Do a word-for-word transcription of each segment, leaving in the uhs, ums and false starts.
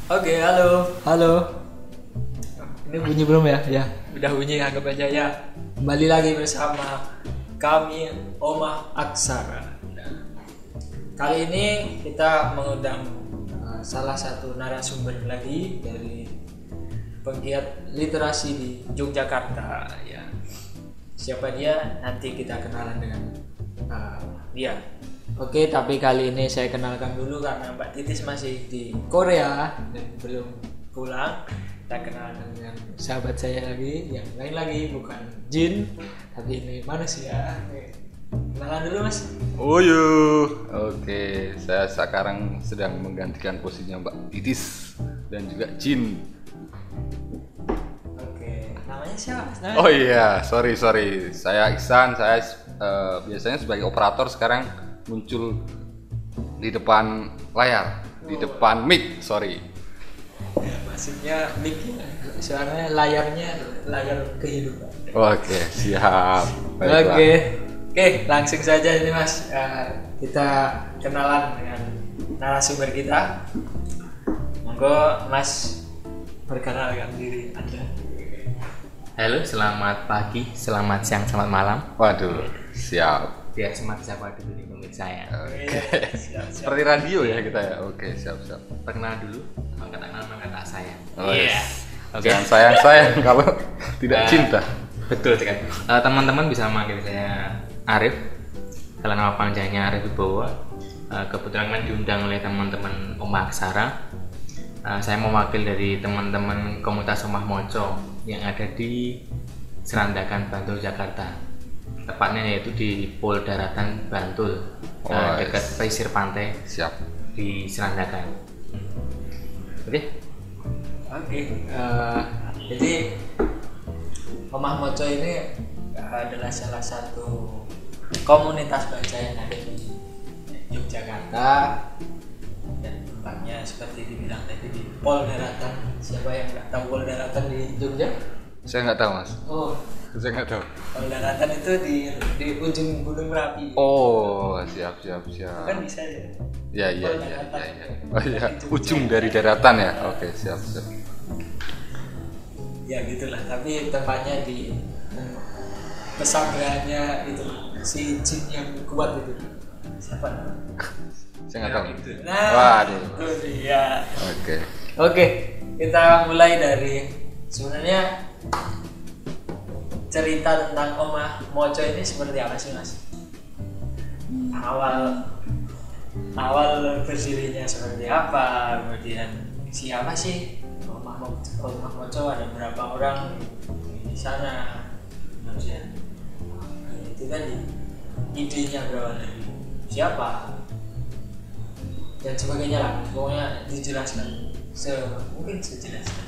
Oke, halo. Halo. Ini bunyi belum ya? Ya. Udah bunyi, anggap aja ya. Kembali lagi bersama kami Omah Aksara. Nah, kali ini kita mengundang uh, salah satu narasumber lagi dari penggiat literasi di Yogyakarta. Ya. Siapa dia? Nanti kita kenalan dengan uh, dia. Oke, tapi kali ini saya kenalkan dulu karena Mbak Titis masih di Korea dan belum pulang. Kita kenalan dengan sahabat saya lagi, yang lain lagi, bukan Jin, tapi ini manusia. Oke. Kenalan dulu, Mas. Oyo. Oke, saya sekarang sedang menggantikan posisinya Mbak Titis dan juga Jin. Oke, namanya siapa? Namanya? Oh iya, sorry sorry. Saya Iksan. Saya uh, biasanya sebagai operator, sekarang muncul di depan layar, di depan mic, sorry. Ya, maksudnya mic ya. Soalnya layarnya layar kehidupan. Oke, siap. Baiklah. Oke, oke, langsung saja ini Mas. Uh, kita kenalan dengan narasumber kita. Monggo Mas perkenalkan diri Anda. Halo, selamat pagi, selamat siang, selamat malam. Waduh, siap. Biar semat siapa dulu nih pemirsa ya. Oke. Siap, siap. Seperti radio ya kita ya. Oke, siap siap. Perkenalan dulu, maka tak kenal maka tak sayang. Oh, Iya. yes. Oke. Jangan sayang-sayang kalau tidak Uh, cinta. Betul sekali. Uh, teman-teman bisa manggil saya Arif. Kalau nama panjangnya Arif Wibowo. Uh, kebetulan kan diundang oleh teman-teman Omah Aksara. Uh, saya mewakil dari teman-teman komunitas Omah Moco yang ada di Serandakan, Bantul, Jakarta. Tepatnya yaitu di Pol Daratan Bantul, Oh, uh, dekat yes. pesisir pantai Siap. di Serandakan. Oke? Oke, eh, jadi Omah Moco ini adalah salah satu komunitas baca yang ada di Yogyakarta dan tempatnya seperti dibilang tadi di Pol Daratan. Siapa yang nggak tahu Pol Daratan di Jogja? Saya nggak tahu mas. Oh, Saya nggak tahu. Pol Daratan itu di di ujung Gunung Merapi. Oh, siap siap siap. Kan bisa ya? Ya iya Pol iya Daratan. iya. Ya. Oh iya, Di Jogja. ujung dari daratan ya. Oke, siap siap. Ya gitulah, tapi tempatnya di hmm, pesanggrahannya itu si jin yang kuat itu. Siapa namanya? Saya nggak tahu. Itu. Nah, Waduh. itu dia. Oke. Oke, kita mulai dari sebenarnya cerita tentang Omah Moco ini seperti apa sih Mas? Awal awal berdirinya seperti apa? Kemudian siapa sih Omah Moco? Omah Moco ada berapa orang di sana? Kemudian itu tadi idenya berawal dari siapa? Dan sebagainya lah, pokoknya dijelaskan se mungkin sejelasnya.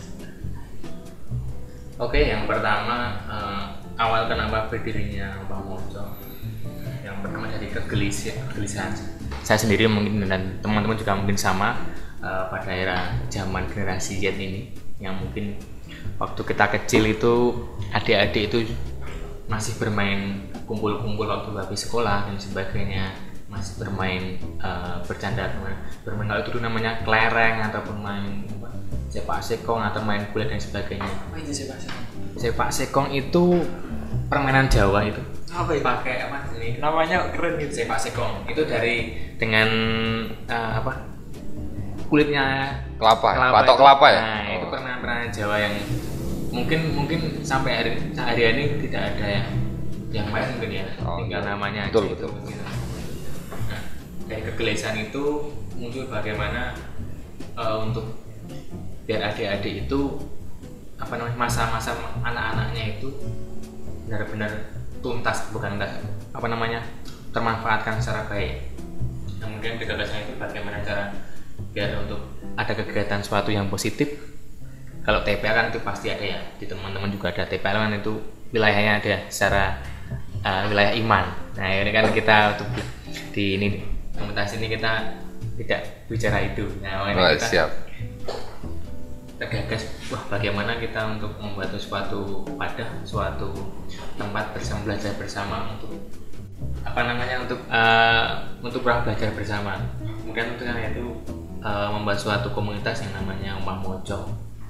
Oke, yang pertama eh, awal kenapa berdirinya Omah Moco. Yang pertama dari kegelisian, kegelisahan saya sendiri mungkin dan teman-teman juga mungkin sama eh, pada era zaman generasi Z ini, yang mungkin waktu kita kecil itu adik-adik itu masih bermain kumpul-kumpul waktu habis sekolah dan sebagainya, masih bermain eh, bercanda, bermain kalau itu dulu namanya kelereng ataupun main sepak sekong atau main bola dan sebagainya. Apa itu sih Mas? Sepak sekong itu permainan Jawa itu. Apa itu? Pakai apa ini? Namanya keren itu. Sepak sekong itu dari dengan uh, apa? Kulitnya Kelapa, patok itu. kelapa ya? Nah, itu Oh. permainan Jawa yang mungkin mungkin sampai hari hari ini tidak ada yang yang main mungkin ya. Oh, Tinggal betul. namanya Betul, aja betul. itu. Gitu. Nah, dari kegelisahan itu muncul bagaimana uh, untuk biar adik-adik itu apa namanya masa-masa anak-anaknya itu benar-benar tuntas, bukan enggak apa namanya termanfaatkan secara baik. Kemudian gagasan itu bagaimana cara biar untuk ada kegiatan suatu yang positif. Kalau T P A kan itu pasti ada ya, di teman-teman juga ada T P A kan itu wilayahnya ada secara uh, wilayah iman. Nah ini kan kita untuk di ini komunitas ini kita tidak bicara itu. Nah ini Oh, kita siap. tergagas, wah bagaimana kita untuk membuat suatu wadah, suatu tempat bersama belajar bersama untuk apa namanya untuk uh, untuk belajar bersama. Kemudian itu uh, membuat suatu komunitas yang namanya Omah Moco.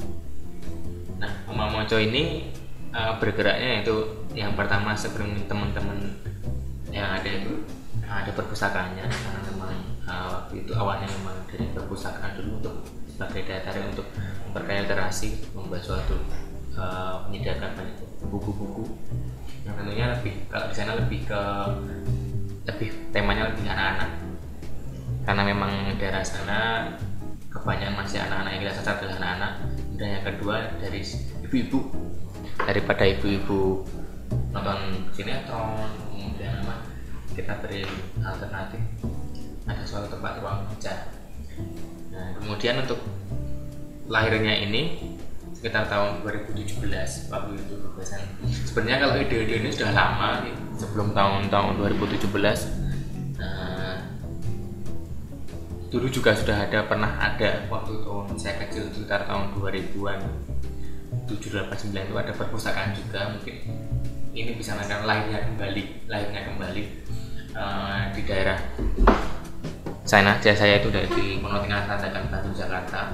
Nah, Omah Moco ini uh, bergeraknya itu yang pertama seperti teman-teman yang ada itu ada perpustakaannya, karena memang uh, waktu itu awalnya memang dari perpustakaan dulu untuk sebagai daya tarik untuk memperkaya literasi, membuat suatu uh, menyediakan banyak buku-buku yang tentunya lebih kalau di sana lebih ke lebih temanya lebih anak-anak, karena memang daerah sana kebanyakan masih anak-anak yang kita sasar adalah anak-anak. Dan yang kedua dari ibu-ibu, daripada ibu-ibu nonton sinetron kemudian apa, kita beri alternatif, ada suatu tempat ruang baca. Nah, kemudian untuk lahirnya ini sekitar tahun dua ribu tujuh belas waktu itu kebebasan. Sebenarnya kalau ide-ide ini sudah lama nih, sebelum tahun-tahun dua ribu tujuh belas. Nah, dulu juga sudah ada pernah ada waktu tahun saya kecil sekitar tahun dua ribuan tujuh, delapan, sembilan itu ada perpustakaan juga. Mungkin ini bisa menandakan lahirnya kembali, lahirnya kembali uh, di daerah sana. Saya itu dari Pondok Indah Rantakan Bandung, Jakarta,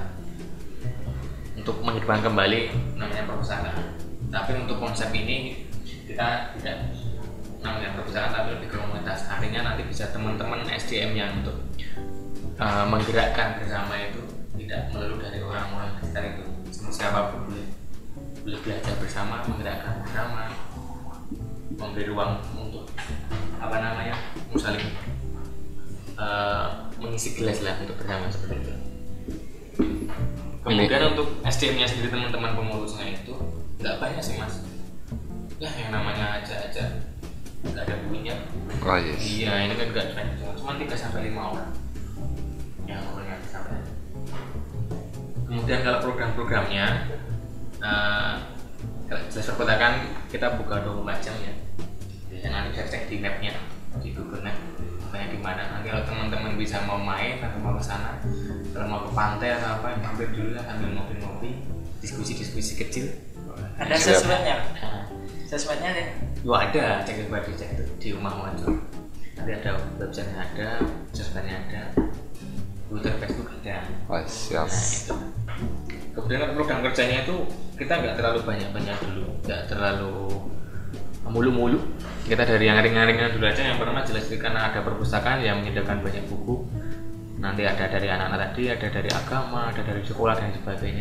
untuk menghidupkan kembali namanya perpustakaan. Tapi untuk konsep ini kita tidak namanya perpustakaan, tapi lebih ke komunitas. Artinya nanti bisa teman-teman S D M yang untuk uh, menggerakkan bersama itu tidak melulu dari orang-orang sekitar itu. Siapapun boleh boleh belajar bersama, menggerakkan bersama, memberi ruang untuk apa namanya saling uh, mengisi gelas lah untuk bersama seperti itu. Kemudian untuk S D M-nya sendiri, teman-teman pengurusnya itu nggak banyak sih mas, ya yang namanya aja-aja nggak ada bunyinya. Oh yes. Iya, ini kan nggak banyak, cuma tiga sampai lima orang yang orangnya sampai. Kemudian kalau program-programnya, uh, kalau jelas perkotakan kita buka dua puluh empat jam ya. Biasanya nanti bisa cek di mapnya di Google Map banyak di mana. Nanti kalau teman-teman bisa mau main atau mau ke sana, kalau mau ke pantai atau apa, mampir dulu lah sambil ngopi-ngopi, diskusi-diskusi kecil. Ada sosmednya? Sosmednya ya? Yo ada, cek coba dicek tuh di Omah Moco. Nanti ada websitenya, ada sosmednya, ada Twitter, Facebook ada. Oh, siap. Nah itu. Kemudian program kerjanya itu kita nggak terlalu banyak-banyak dulu, nggak terlalu mulu-mulu. Kita dari yang ringan-ringan dulu aja. Yang pertama jelas karena ada perpustakaan yang menyediakan banyak buku. Nanti ada dari anak-anak tadi, ada dari agama, ada dari sekolah dan sebagainya.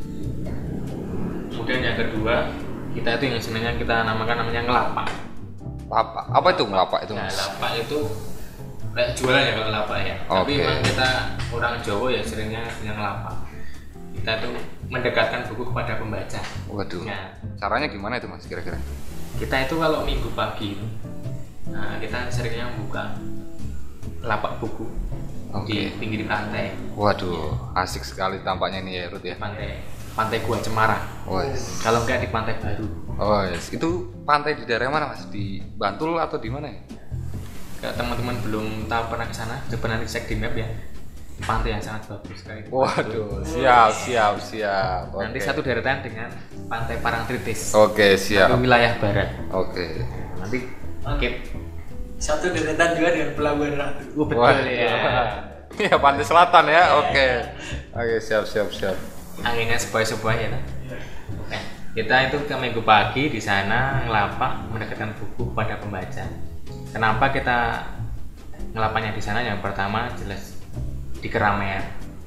Kemudian yang kedua, kita itu yang sebenarnya kita namakan namanya ngelapak. Lapak. Apa itu ngelapak itu? Nah, Mas? lapak itu kayak jualan ya kalau lapak ya. Oke. Tapi memang kita orang Jawa ya seringnya yang ngelapak. Kita tuh mendekatkan buku kepada pembaca. Waduh. Nah, Caranya gimana itu Mas kira-kira? kita itu kalau minggu pagi, nah kita seringnya buka lapak buku Oke. di pinggir pantai. Waduh, asik sekali tampaknya ini ya Rut ya. Pantai, pantai Gua Cemara. Oh, yes. Kalau enggak di Pantai Baru. Oh, yes. Itu pantai di daerah mana Mas? Di Bantul atau di mana ya? Kalau teman-teman belum tahu pernah ke sana, coba nanti cek di map ya. Pantai yang sangat bagus sekali. Waduh, siap, siap, siap. Oke. Nanti satu deretan dengan Pantai Parangtritis. Oke, siap. Itu wilayah barat. Oke. Nanti oke. Satu deretan juga dengan Pelabuhan Ratu. Oh, betul Wah. ya. Iya, pantai selatan ya. Oke. Oke, siap, siap, siap. Anginnya sepoi-sepoi ya. Nah, kita itu ke minggu pagi di sana ngelapak mendekatkan buku pada pembaca. Kenapa kita ngelapaknya di sana? Yang pertama jelas di keramaian.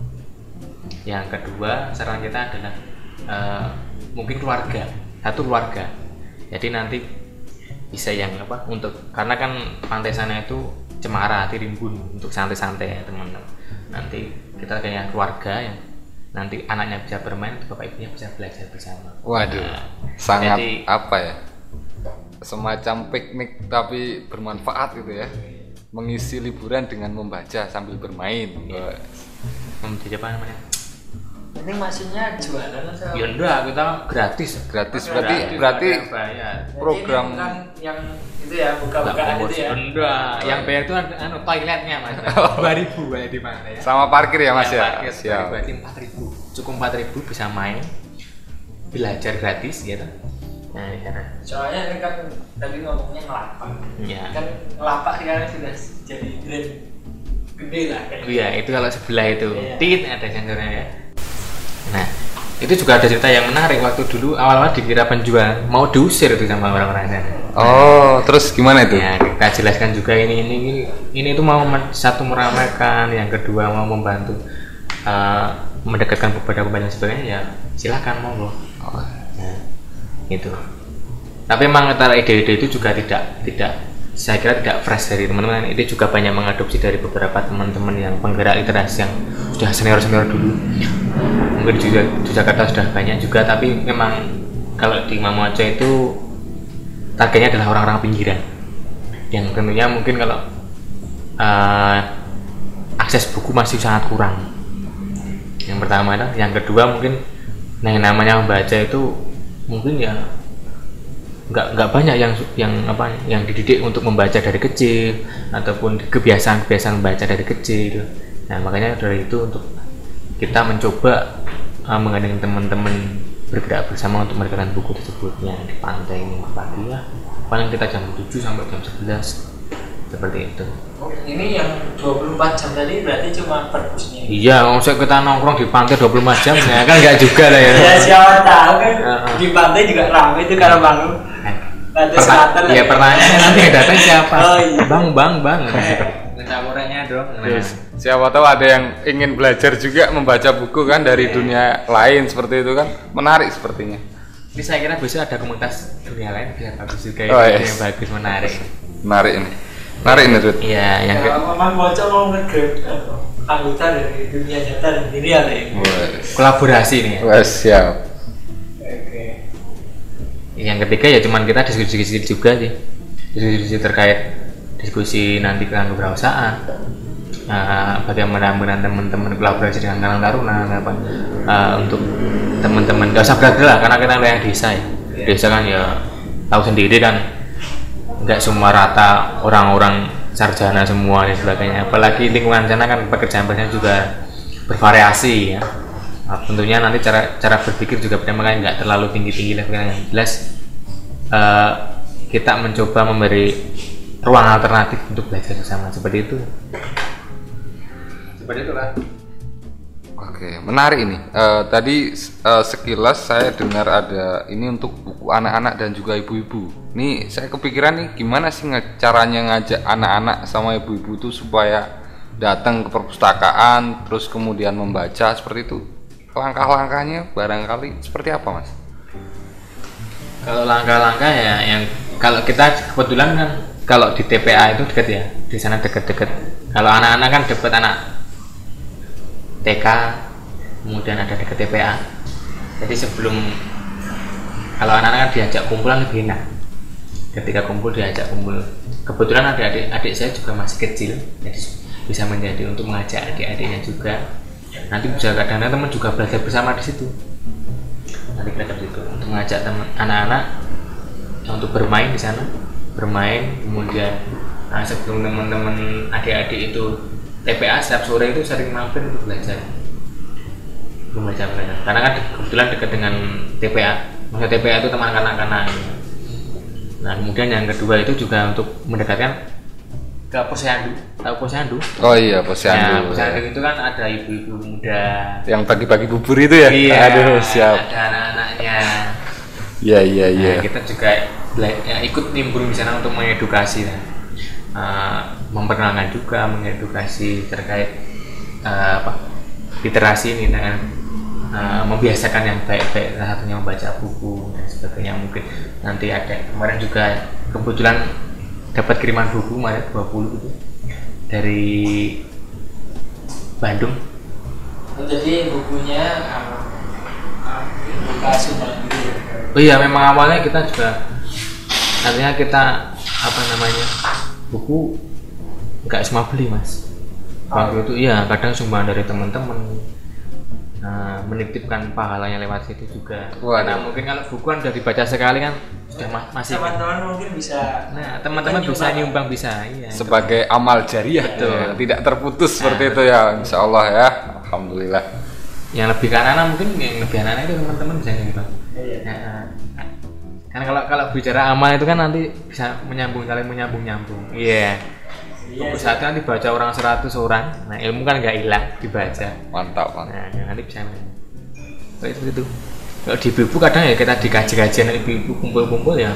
Yang kedua saran kita adalah uh, mungkin keluarga, satu keluarga. Jadi nanti bisa yang apa untuk karena kan pantai sana itu cemara, Tirimbun untuk santai-santai ya teman-teman. Nanti kita kayak keluarga yang nanti anaknya bisa bermain, bapak ibunya bisa belajar bersama. Waduh, Nah, sangat jadi- apa ya? Semacam piknik tapi bermanfaat gitu ya. Mengisi liburan dengan membaca sambil bermain. Iya. Menjadi apa namanya? Ini maksudnya jualan atau? Ya enggak, kita gratis. Gratis Oh, berarti Gratis, berarti nggak bayar. Jadi program ini bukan yang itu ya, Enggak buka-bukaan promosi. itu ya. Enggak, yang bayar itu anu toiletnya Mas. dua ribu bayar di pantai ya. sama parkir ya Mas Yang ya. parkir Siap. berarti empat ribu. Cukup empat ribu bisa main. Belajar gratis gitu. Nah, di sana. Soalnya ini kan tadi ngomongnya ngelapak. Ya. Kan ngelapak sekarang sudah jadi brand gede lah kayak. Iya, itu kalau sebelah itu. Iya. Tit ada sensornya ya. Nah, itu juga ada cerita yang menarik waktu dulu awal-awal dikira penjual, mau diusir itu sama orang-orang sana. Oh, terus gimana itu? Ya, kita jelaskan juga ini ini ini ini itu mau men- satu meramaikan, yang kedua mau membantu uh, mendekatkan kepada pemain dan sebagainya, ya silakan monggo. Oh. Nah, itu. Tapi memang antara ide-ide itu juga tidak tidak saya kira tidak fresh dari teman-teman. Itu juga banyak mengadopsi dari beberapa teman-teman yang penggerak literasi yang sudah senior-senior dulu. Mungkin juga di Jakarta sudah banyak juga, tapi memang kalau di Mamuaco itu targetnya adalah orang-orang pinggiran yang tentunya mungkin kalau uh, akses buku masih sangat kurang. Yang pertama itu, yang kedua mungkin yang namanya membaca itu mungkin ya nggak nggak banyak yang yang apa yang dididik untuk membaca dari kecil ataupun kebiasaan-kebiasaan membaca dari kecil. Nah makanya dari itu untuk kita mencoba uh, menggandeng teman-teman bergerak bersama untuk mendekatkan buku tersebut yang di pantai ini pagi ya paling kita jam tujuh sampai jam sebelas seperti itu. Oh, ini yang dua puluh empat jam tadi berarti cuma perpusnya. Iya, maksudnya kita nongkrong di pantai dua puluh empat jam ya kan nggak juga lah ya. Ya siapa tahu kan Uh-uh. di pantai juga ramai itu kalau bangun. Pantai selatan lah. Iya, pertanyaannya nanti yang datang siapa? Oh, iya. Bang, bang, bang. Campurannya dong. Terus, siapa tahu ada yang ingin belajar juga membaca buku kan dari dunia lain seperti itu kan, menarik sepertinya. Ini saya kira besok ada komunitas dunia lain biar bagus juga Oh, ini, yes. yang bagus menarik. Menarik ini, menarik ini Rut. Iya, yang ke- Kalau Mang Bocok mau nge-grab anggota dari dunia nyata dan dunia lain. Wes. kolaborasi nih. Ya. Wes, siap. Oke. Yang ketiga ya cuman kita diskusi-diskusi juga sih, diskusi terkait diskusi nanti tentang kewirausahaan, uh, bagaimana dengan teman-teman kolaborasi dengan Karang Taruna apa uh, untuk teman-teman gak usah berat lah karena kita wilayah desa ya, desa kan ya tahu sendiri kan nggak semua rata orang-orang sarjana semua dan sebagainya, apalagi lingkungan sana kan pekerjaan-pekerjaan juga bervariasi ya. Nah, tentunya nanti cara cara berpikir juga beda, makanya nggak terlalu tinggi-tinggi levelnya. Yang jelas uh, kita mencoba memberi ruang alternatif untuk belajar bersama seperti itu. Seperti itulah. Oke, menarik ini. Eh, tadi eh, sekilas saya dengar ada ini untuk buku anak-anak dan juga ibu-ibu. Nih saya kepikiran nih gimana sih nge- caranya ngajak anak-anak sama ibu-ibu itu supaya datang ke perpustakaan terus kemudian membaca seperti itu. Langkah-langkahnya barangkali seperti apa, Mas? Kalau langkah-langkah ya yang kalau kita kebetulan kan kalau di T P A itu dekat ya, di sana dekat-dekat. Kalau anak-anak kan dapat anak T K, kemudian ada dekat T P A. Jadi sebelum kalau anak-anak kan diajak kumpulan lebih enak. Ketika kumpul diajak kumpul. Kebetulan ada adik, adik saya juga masih kecil, jadi bisa menjadi untuk mengajak adik-adiknya juga. Nanti bisa kadang-kadang teman juga belajar bersama di situ. Nanti belajar di situ untuk mengajak teman anak-anak untuk bermain di sana, bermain kemudian nah, sebelum teman-teman adik-adik itu T P A setiap sore itu sering mampir untuk belajar, belajar belajar. Karena kan kebetulan dekat dengan T P A, maksudnya T P A itu teman kanak-kanak. Nah kemudian yang kedua itu juga untuk mendekatkan ke posyandu, tahu posyandu? Oh iya, posyandu. Nah, posyandu itu kan ada ibu-ibu muda Yang pagi-pagi bubur itu ya? iya, Aduh, siap. ada anak-anaknya. Iya, iya, iya. Nah, kita juga bela- ya, ikut nimbrung di sana untuk mengedukasi, nah. uh, memperkenalkan juga, mengedukasi terkait uh, apa literasi ini dengan uh, membiasakan yang baik-baik, salah satunya membaca buku dan sebagainya. Mungkin nanti ada kemarin juga kebetulan dapat kiriman buku kemarin dua puluh itu dari Bandung. Jadi bukunya buka sumbang gitu. Oh iya, memang awalnya kita juga artinya kita apa namanya buku nggak semua beli mas. Waktu itu iya kadang sumbang dari teman-teman. Nah, menitipkan pahalanya lewat situ juga. Waduh. Karena mungkin kalau buku kan udah dibaca sekali kan sudah ma- masih. Teman-teman mungkin bisa. Nah, teman-teman bisa nyumbang bisa. Iya. Sebagai amal jariah, Betul. ya, tidak terputus seperti Nah, itu ya, insya Allah ya, alhamdulillah. Yang lebih ke anak-anak mungkin yang lebih anak-anak itu teman-teman bisa nyumbang. Iya. Nah, kan kalau kalau bicara amal itu kan nanti bisa menyambung saling menyambung nyambung. Iya. Iya, Buku satu nanti dibaca orang seratus orang. Nah, ilmu kan nggak hilang, dibaca. Mantap, mantap. Nah, nanti bisa kayak seperti itu. Kalau di ibu kadang ya kita dikaji-kajian ibu-ibu kumpul-kumpul ya.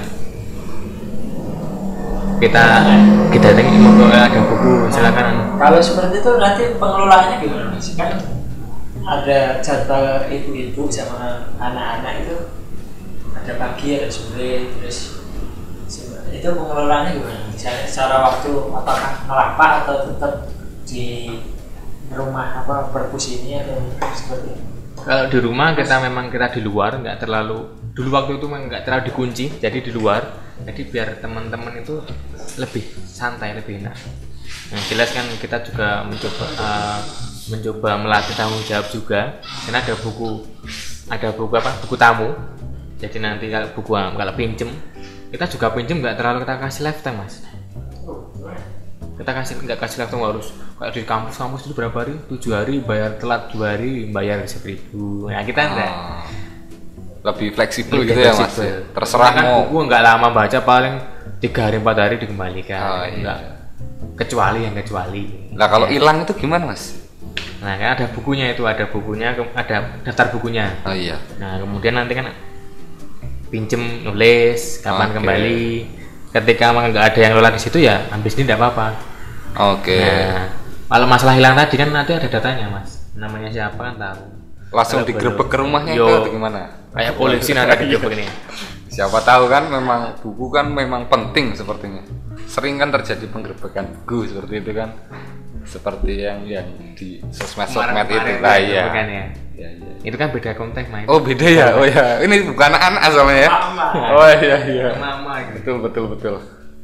Kita kita tanya mau ada buku silakan. Kalau seperti itu nanti pengelolaannya gimana Mas? Kan ada jadwal ibu-ibu sama anak-anak itu ada pagi ada sore terus itu pengelolaannya gimana? Misalnya secara waktu apakah merapat atau tetap di rumah apa perpus ini atau seperti itu? Kalau di rumah kita memang kita di luar nggak terlalu dulu waktu itu memang nggak terlalu dikunci jadi di luar jadi biar teman-teman itu lebih santai lebih enak. Nah, jelas kan kita juga mencoba uh, mencoba melatih tanggung jawab juga karena ada buku ada buku apa buku tamu jadi nanti kalau buku kalau pinjem kita juga pinjem nggak terlalu kita kasih lifetime Mas. Kita kasih nggak kasih lifetime harus kayak di kampus-kampus itu berapa hari tujuh hari bayar telat dua hari bayar seribu. Nah kita enggak Ah, lebih fleksibel lebih gitu ya Mas. fleksibel. Terserah Karena kan mau. buku nggak lama baca paling tiga hari empat hari dikembalikan. Oh, iya. Enggak. Kecuali yang kecuali. Nah kalau Ya. hilang itu gimana Mas? Nah kan ada bukunya itu ada bukunya ke- ada daftar bukunya. Oh iya. Nah kemudian nanti kan pinjem nulis kapan Oke. kembali. Ketika emang nggak ada yang lola di situ ya habis ini tidak apa-apa. Oke. Nah kalau masalah hilang tadi kan nanti ada datanya Mas. Namanya siapa kan tahu. Langsung Kalau digerebek belum- ke rumahnya Yo, atau gimana? kayak polisi nanti digerebek ini. Siapa tahu kan memang buku kan memang penting sepertinya. Sering kan terjadi penggerebekan buku seperti itu kan. Seperti yang yang di sosmed-sosmed itu. Kemarin-kemarin Lah itu iya. kan ya. Iya, iya. Itu kan beda konteks main. Oh beda ya, oh ya, ini bukan anak-anak soalnya ya. Mama. Oh iya iya. Mama gitu. Betul betul betul.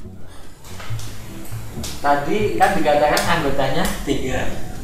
Tadi kan dikatakan anggotanya tiga.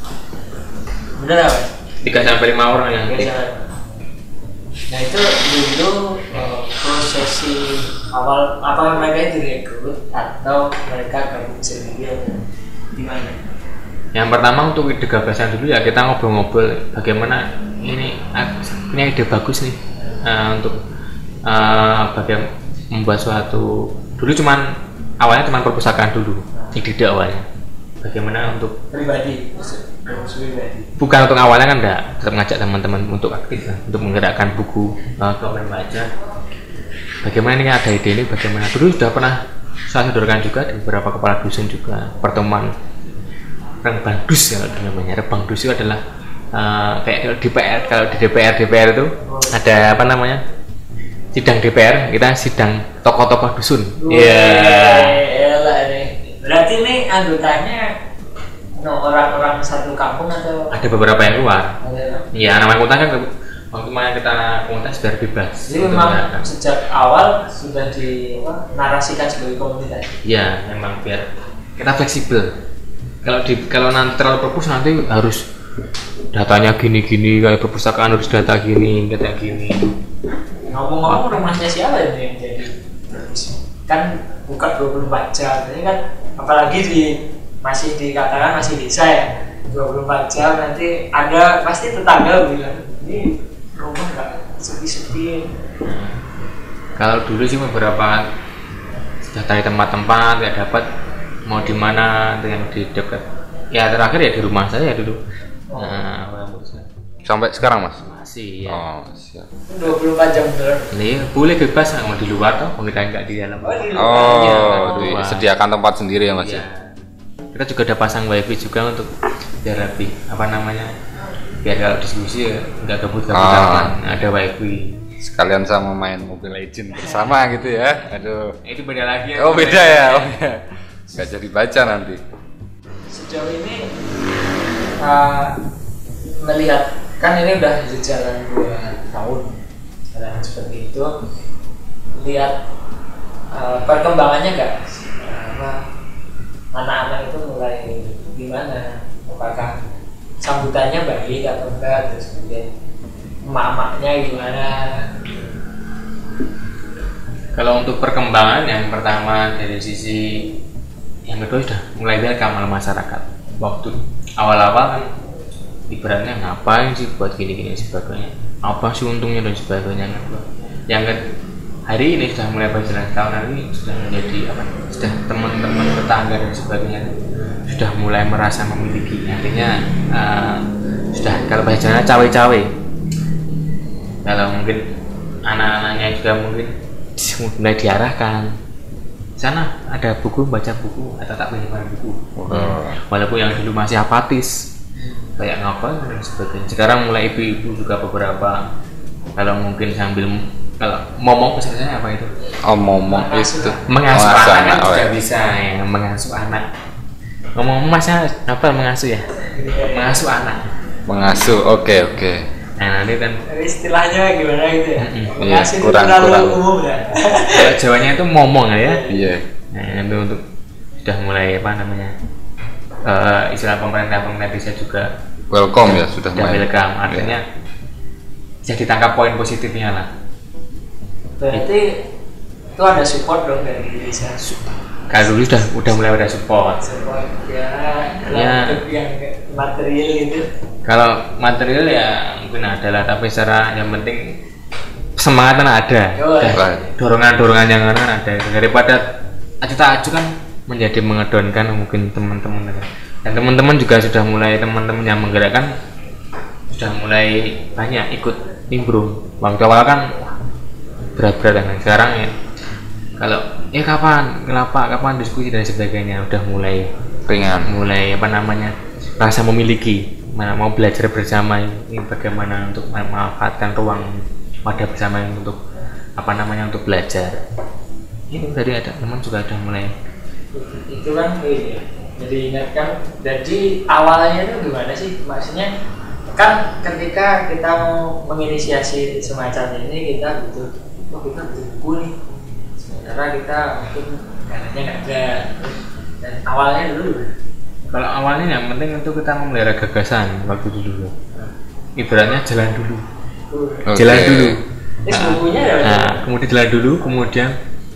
Bener apa? tiga sampai lima orang yang Tiga sama- Nah itu dulu eh, prosesi awal apa mereka itu direkrut atau mereka gabung sendiri atau gimana? Yang pertama untuk ide gagasan dulu ya kita ngobrol-ngobrol bagaimana ini ah, punya ide bagus nih eh, untuk eh, bagaimana membuat suatu dulu cuman awalnya cuman perpustakaan dulu ide awalnya bagaimana untuk Pribadi, maksud maksud pribadi. bukan untuk awalnya kan enggak tetap ngajak teman-teman untuk aktif kan, untuk menggerakkan buku uh, ke membaca bagaimana ini ada ide ini bagaimana dulu sudah pernah saya sodorkan juga di beberapa kepala dusun juga pertemuan rebang dus ya kalau namanya rebang dus itu adalah uh, kayak di D P R kalau di D P R D P R itu ada apa namanya sidang D P R kita sidang tokoh-tokoh dusun Iya. Elah nih. Berarti nih anggotanya no, orang-orang satu kampung atau ada beberapa yang keluar ada? ya namanya kontak kan waktu mana kita kontes biar bebas Jadi untuk memang menggunakan. sejak awal sudah dinarasikan sebagai komunitas. Ya, memang biar kita fleksibel. Kalau di kalau nanti terlalu perpus nanti harus datanya gini-gini kayak perpustakaan harus data gini, data gini. Ngomong-ngomong rumahnya siapa ini yang jadi perpus? Kan buka dua puluh empat jam. Ini kan apalagi di masih dikatakan masih desa ya. dua puluh empat jam nanti ada pasti tetangga bilang ini rumah nggak sepi-sepi. Kalau dulu sih beberapa sudah cari tempat-tempat ya dapat mau di mana yang di dekat. Ya terakhir ya di rumah saya dulu. Nah, orang menurut saya. Sampai sekarang Mas? Masih ya. Oh siap. dua puluh empat jam bener. Ini boleh bebas mau di luar toh, mau kita nggak di dalam. Oh, di luar. Oh, Iya, disediakan tempat sendiri ya Mas ya? Iya. Kita juga ada pasang wifi juga untuk biar lebih apa namanya biar kalau diskusi ya nggak gabut-gabut Ah. amat. Ada wifi. Sekalian sama main Mobile Legend bersama gitu ya. Aduh. Itu beda lagi ya. Oh beda ya. Oh ya. Gak jadi baca nanti. Sejauh ini uh, melihat kan ini udah jalan dua tahun jalan seperti itu lihat uh, perkembangannya nggak uh, anak-anak itu mulai gimana apakah sambutannya baik atau enggak terus kemudian emak-emaknya gimana. Kalau untuk perkembangan yang pertama dari sisi yang kedua sudah mulai welcome sama masyarakat. Waktu awal-awal kan ibaratnya ngapain sih buat gini-gini dan sebagainya, apa sih untungnya dan sebagainya. Yang kedua hari ini sudah mulai berjalan tahun ini sudah menjadi apa sudah teman-teman tetangga dan sebagainya sudah mulai merasa memiliki, artinya uh, sudah kalau bahasa Jawa cawe-cawe. Kalau mungkin anak-anaknya juga mungkin mulai diarahkan sana ada buku, baca buku atau tak punya buku. Oh. Walaupun yang dulu masih apatis kayak ngapa dan sebagainya, sekarang mulai ibu-ibu juga beberapa kalau mungkin sambil kalau momong misalnya apa itu? Oh, momong itu mengasuh anak, oh, sudah ya. Bisa ya mengasuh anak. Ngomong masa apa mengasuh ya? Mengasuh anak. Mengasuh, oke okay, oke. Okay. Nah nanti kan istilahnya gimana gitu ya? Iya, kurang kurang. Umum ya. Kalau Jawanya itu momong ya. Iya. Nah itu untuk sudah mulai apa namanya? Uh, istilah pemerintah pemerintah desa juga welcome ya sudah sudah welcome, artinya bisa yeah. ditangkap poin positifnya lah. Berarti itu ada support dong dari desa. Kalau dulu sudah udah mulai ada support. Support ya, ya. Yang material gitu. Kalau material ya mungkin ada lah, tapi secara yang penting semangatnya ada. Oh, dorongan-dorongan yang ada daripada acu-acu kan menjadi mengedonkan mungkin teman-teman, dan teman-teman juga sudah mulai teman-teman yang menggerakkan sudah mulai banyak ikut nimbrung. Waktu awal kan berat-berat dan sekarang ya kalau ya kapan kenapa kapan diskusi dan sebagainya udah mulai ringan, mulai apa namanya rasa memiliki mana mau belajar bersama ini bagaimana untuk memanfaatkan ruang wadah bersama untuk apa namanya untuk belajar itu tadi ada teman juga udah mulai itu kan ini ya. Jadi ingatkan, jadi awalnya itu gimana sih, maksudnya kan ketika kita mau menginisiasi semacam ini kita butuh oh kita butuh buku nih, sementara kita mungkin dananya nggak ada, dan awalnya dulu kalau awalnya yang penting itu kita memelihara gagasan waktu dulu ibaratnya jalan dulu okay. jalan dulu nah, bukunya ada nah, kemudian jalan dulu kemudian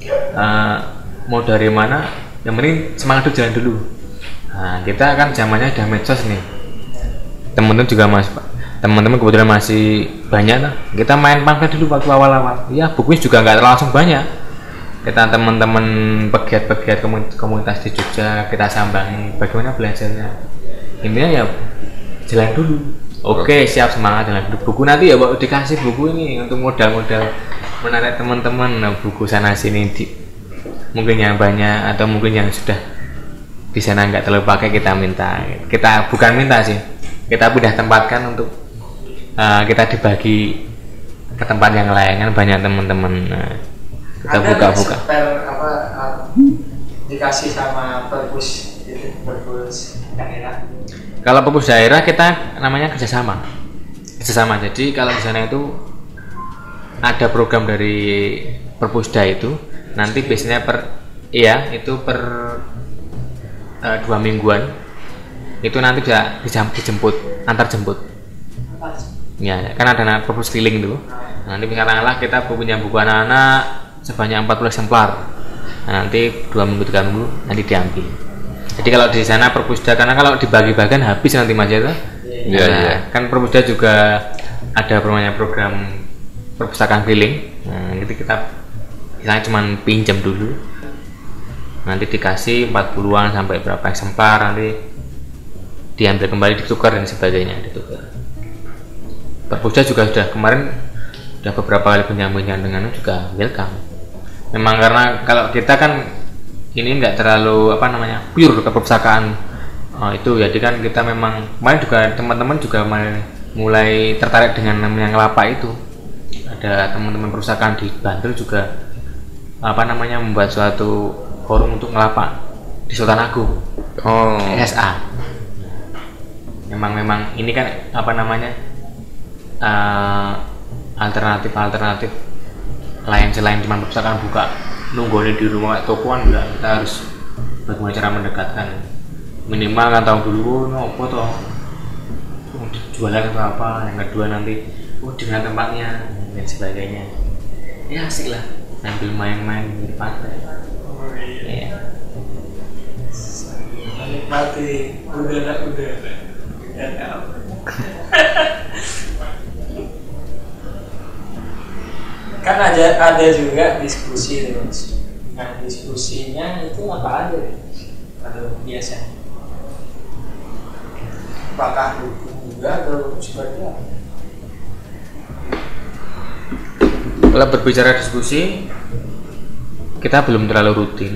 uh, mau dari mana yang penting semangat itu jalan dulu. Nah kita kan zamannya udah medsos nih, temen-temen juga masih teman-teman kebetulan masih banyak lah. Kita main pamflet dulu waktu awal-awal. Ya bukunya juga nggak langsung banyak. Kita teman-teman pegiat-pegiat komunitas di Jogja kita sambangi bagaimana belajarnya. Intinya ya jalan dulu. Oke siap semangat jalan dulu. Buku nanti ya Pak dikasih buku ini untuk modal-modal menarik teman-teman. Nah, buku sana sini di, mungkin yang banyak atau mungkin yang sudah di sana nggak terlalu pakai kita minta. Kita bukan minta sih. Kita pindah tempatkan untuk Uh, kita dibagi ke tempat yang lain kan banyak teman-teman. Nah, kita buka-buka. Apa uh, dikasih sama perpus itu perpus daerah. Kalau perpus daerah kita namanya kerjasama. Kerjasama. Jadi kalau di sana itu ada program dari perpusda itu nanti biasanya per iya itu per uh, dua mingguan itu nanti bisa dijemput antar jemput. Ya, kan ada anak perpus keliling tuh. Nah, nanti katakanlah kita punya buku anak-anak sebanyak empat puluh eksemplar. Nah, nanti dua minggu tiga minggu nanti diambil. Jadi kalau di sana perpusda karena kalau dibagi-bagian habis nanti Mas ya. Iya, nah, iya. Kan perpusda juga ada namanya program perpustakaan keliling. Nah, itu kita misalnya cuma pinjam dulu. Nanti dikasih empat puluhan sampai berapa eksemplar nanti diambil kembali ditukar dan sebagainya ditukar. Perpusda juga sudah kemarin sudah beberapa kali penyampaian dengan juga welcome. Memang karena kalau kita kan ini enggak terlalu apa namanya pure ke perpustakaan oh, itu jadi kan kita memang kemarin juga teman-teman juga mulai tertarik dengan namanya ngelapa itu. Ada teman-teman perpustakaan di Bantul juga apa namanya membuat suatu forum untuk ngelapa di Sultan Agung. Oh. S A. Memang memang ini kan apa namanya Uh, alternatif-alternatif lain selain cuma perpustakaan buka nunggu di rumah tokoan juga kita harus bagaimana cara mendekatkan minimal kan tahu dulu no apa toh jualan atau apa yang kedua nanti oh dengan tempatnya dan sebagainya ya asik lah sambil main-main di pantai ya menikmati udara-udara dan apa kan ada ada juga diskusi terus. Nah diskusinya itu apa aja kalau biasanya? apakah dukung juga atau seperti apa? Kalau berbicara diskusi, kita belum terlalu rutin.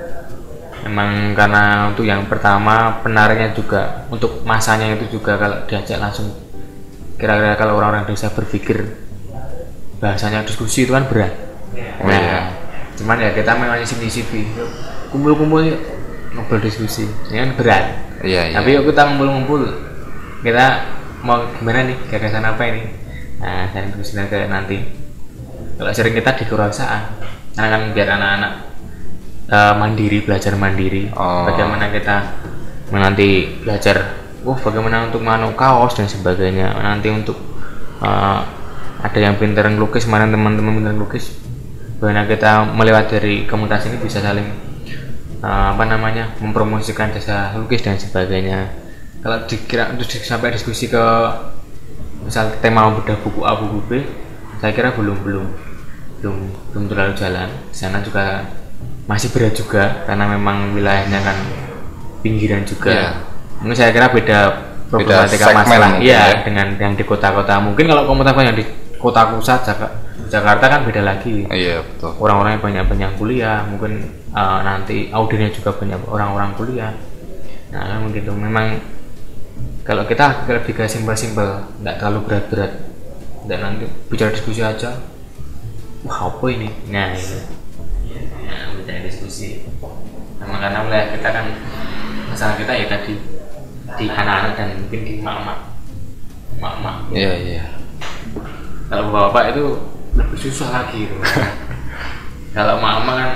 Memang karena untuk yang pertama penariknya juga untuk masanya itu juga kalau diajak langsung, kira-kira kalau orang-orang desa berpikir bahasanya diskusi itu kan berat. Oh, Nah, iya. cuman ya kita memang nyisipi, kumpul-kumpul yuk ngobrol diskusi, ini kan berat. Iya, iya. Tapi yuk kita ngumpul-ngumpul, kita mau gimana nih, gagasan apa ini? Nah, dan diskusi ke nanti. Kalau sering kita di keruasaan, karena kan biar anak-anak uh, mandiri, belajar mandiri. Oh. Bagaimana kita nanti belajar, wah bagaimana untuk manuk kaos dan sebagainya. Nanti untuk uh, ada yang pintar ngelukis, mana teman-teman pintar ngelukis. Bagaimana kita melewat dari komunitas ini bisa saling uh, apa namanya mempromosikan jasa lukis dan sebagainya. Kalau dikira untuk sampai diskusi ke misal tema bedah buku A buku B, saya kira belum belum belum belum terlalu jalan. Di sana juga masih berat juga karena memang wilayahnya kan pinggiran juga. Iya. Mungkin saya kira beda problematika segmen masalah mungkin ya, ya. dengan yang di kota-kota. Mungkin kalau komunitas yang di kota pusat Jakarta, Jakarta kan beda lagi. Iya, betul. Orang-orangnya banyak banyak kuliah, mungkin uh, nanti audiennya juga banyak orang-orang kuliah. Nah kan begitu. Memang kalau kita lebih ke simpel-simpel, tidak terlalu berat-berat, dan nanti bicara diskusi aja. Wah apa ini? Nah itu. Nah bicara diskusi. Memang karena wilayah kita kan masalah kita ya tadi di anak-anak dan mungkin di mak-mak, mak-mak. Iya, iya. Kalau bapak-bapak itu lebih susah lagi gitu. Kalau mak-mak kan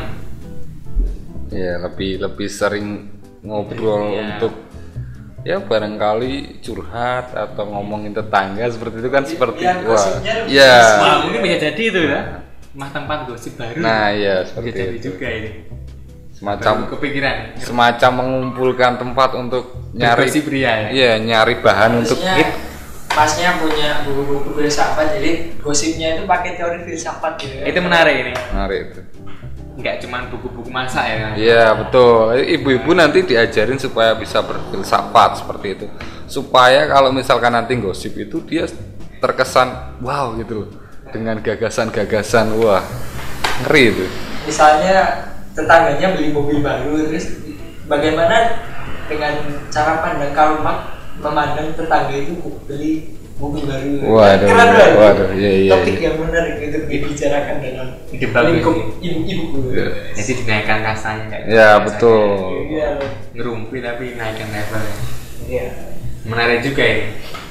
Iya, lebih lebih sering ngobrol Iya. untuk ya barangkali curhat atau ngomongin tetangga seperti itu kan seperti yang wah. gosipnya lebih Iya. wah, mungkin bisa jadi itu ya. Mah tempat gosip baru. Nah, iya bisa seperti jadi itu. juga ini. Semacam Baru kepikiran. semacam mengumpulkan tempat untuk nyari Bergosip ria ya. Iya, nyari bahan untuk Maksudnya, masnya punya buku-buku filsafat, jadi gosipnya itu pakai teori filsafat gitu. Itu menarik ini. nyari itu. Enggak cuma buku-buku masak ya. Kan? Iya, betul. Ibu-ibu nanti diajarin supaya bisa berfilsafat seperti itu. Supaya kalau misalkan nanti gosip itu dia terkesan wow gitu loh. Dengan gagasan-gagasan, wah. Ngeri itu. Misalnya tetangganya beli mobil baru, terus bagaimana dengan cara pandang Karl Marx memandang tetangga itu beli mobil baru. Waduh, Keren banget. waduh, iya, iya, Topik iya. yang menarik untuk dibicarakan dalam Ide bagus lingkup ini. ibu-ibu. Jadi dinaikkan kastanya kayak Ya, betul. Iya. ngerumpi tapi naikkan levelnya. Iya. Menarik juga ini.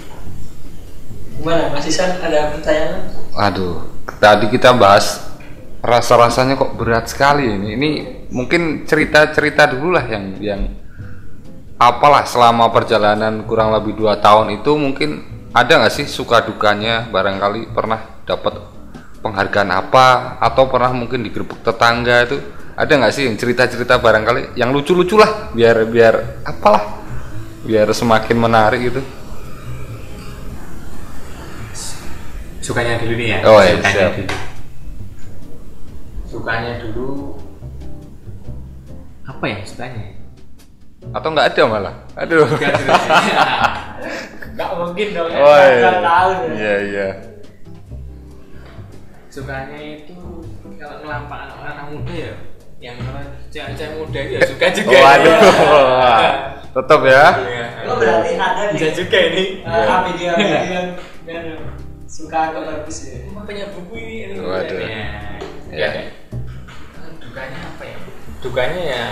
Gimana Mas Isan, ada pertanyaan? Aduh, tadi kita bahas rasa-rasanya kok berat sekali ini. Ini mungkin cerita-cerita dulu lah yang yang apalah selama perjalanan kurang lebih dua tahun itu mungkin ada nggak sih suka dukanya, barangkali pernah dapat penghargaan apa atau pernah mungkin digerebek tetangga itu ada nggak sih yang cerita-cerita barangkali yang lucu-lucu lah biar biar apalah biar semakin menarik gitu. Sukanya dulu nih ya. Oh, iya, Sukanya siap. dulu. Sukanya dulu apa ya sukanya? Atau nggak ada malah? Aduh. Enggak serius. Gak mungkin dong, Oh, kan iya. nggak tahu ya. Iya, iya. Sukanya itu kalau ngelampak anak-anak muda ya, yang kalau cewek-cewek muda itu ya suka juga. Oh, aduh. Ya. Tetap ya. Iya. Oh, berarti ada nih. Bisa juga ini. Uh, media media yang, yang suka bagus ya. Emang punya buku ini. Waduh. Ya. Ya. Ya. Dukanya apa ya? Dukanya ya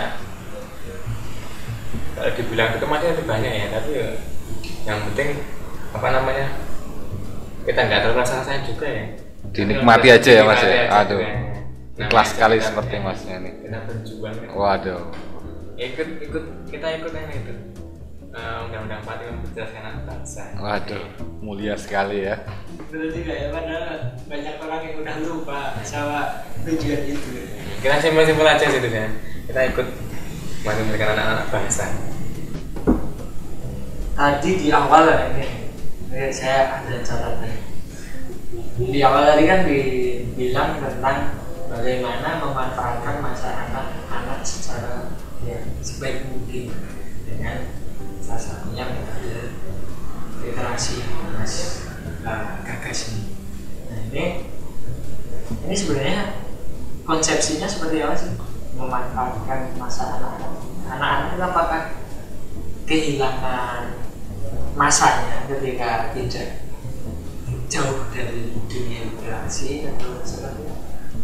kalau dibilang duka masih lebih banyak ya, tapi ya, yang penting apa namanya kita nggak terlalu rasa-rasanya juga ya. Dinikmati aja ya Mas ya. Dinikmati aja Aduh. juga. Ikhlas Namanya sekali kita- seperti ya, Masnya nih. Kita berjuang. kan. Waduh. Ikut ikut kita ikut yang itu. Eh, undang-undang empat puluh lima berdasarkan anak bangsa. Waduh, mulia sekali ya. Betul juga ya, padahal banyak orang yang udah lupa sama tujuan itu. Kita simpel-simpel aja sih itu ya. Kita ikut memberikan anak-anak bangsa. Tadi di awal ya, ini ini saya ada catatan. Di awal tadi kan dibilang tentang bagaimana memanfaatkan masa anak-anak secara ya sebaik mungkin dengan salah satunya metode literasi Mas uh, gagas ini. Nah ini ini sebenarnya konsepsinya seperti apa sih, memanfaatkan masa anak-anak? Anak-anak itu apakah kehilangan masanya ketika tidak jauh dari dunia literasi atau seperti apa?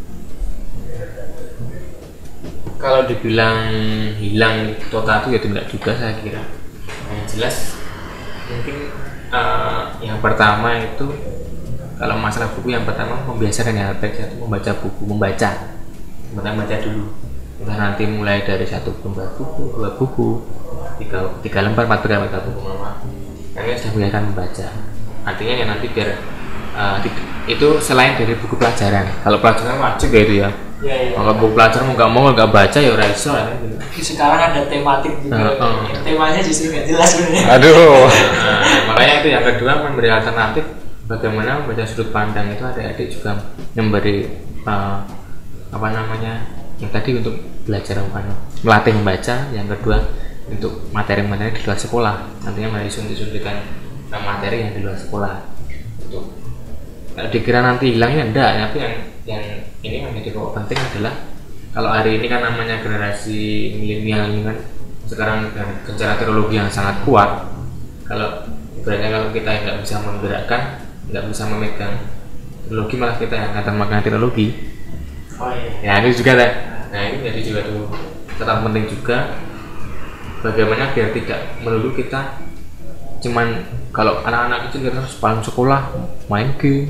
Kalau dibilang hilang total itu ya tidak juga saya kira. Yang jelas mungkin uh, yang pertama itu kalau masalah buku, yang pertama membiasakan yang baik itu membaca buku, membaca, sebenarnya baca dulu. Entah nanti mulai dari satu lembar buku, dua buku, tiga, tiga lembar, empat lembar, empat buku mama. Kalian sudah biasakan membaca. Artinya ya nanti biar uh, itu selain dari buku pelajaran. Kalau pelajaran wajib ya itu ya. Ya, ya. Kalau buku pelajaran mau nggak mau nggak baca ya udah iso ya. Sekarang ada tematik juga. Uh, uh. Temanya justru nggak jelas sebenarnya. Aduh. Nah, makanya itu yang kedua memberi alternatif bagaimana membaca sudut pandang itu. Adik-adik juga memberi uh, apa namanya yang tadi untuk belajar apa, melatih membaca. Yang kedua untuk materi-materi di luar sekolah, nantinya mulai suntik-suntikan materi yang di luar sekolah. Untuk kalau dikira nanti hilangnya enggak, tapi yang yang ini menjadi pokok penting adalah kalau hari ini kan namanya generasi milenial ini kan sekarang dengan kencana teknologi yang sangat kuat. Kalau berarti kalau kita nggak bisa menggerakkan, nggak bisa memegang teknologi, malah kita yang akan makan teknologi. Oh iya. Ya itu juga lah. Nah ini jadi juga tuh tetap penting juga bagaimana biar tidak melulu kita cuman kalau anak-anak kecil kita harus pulang sekolah main game,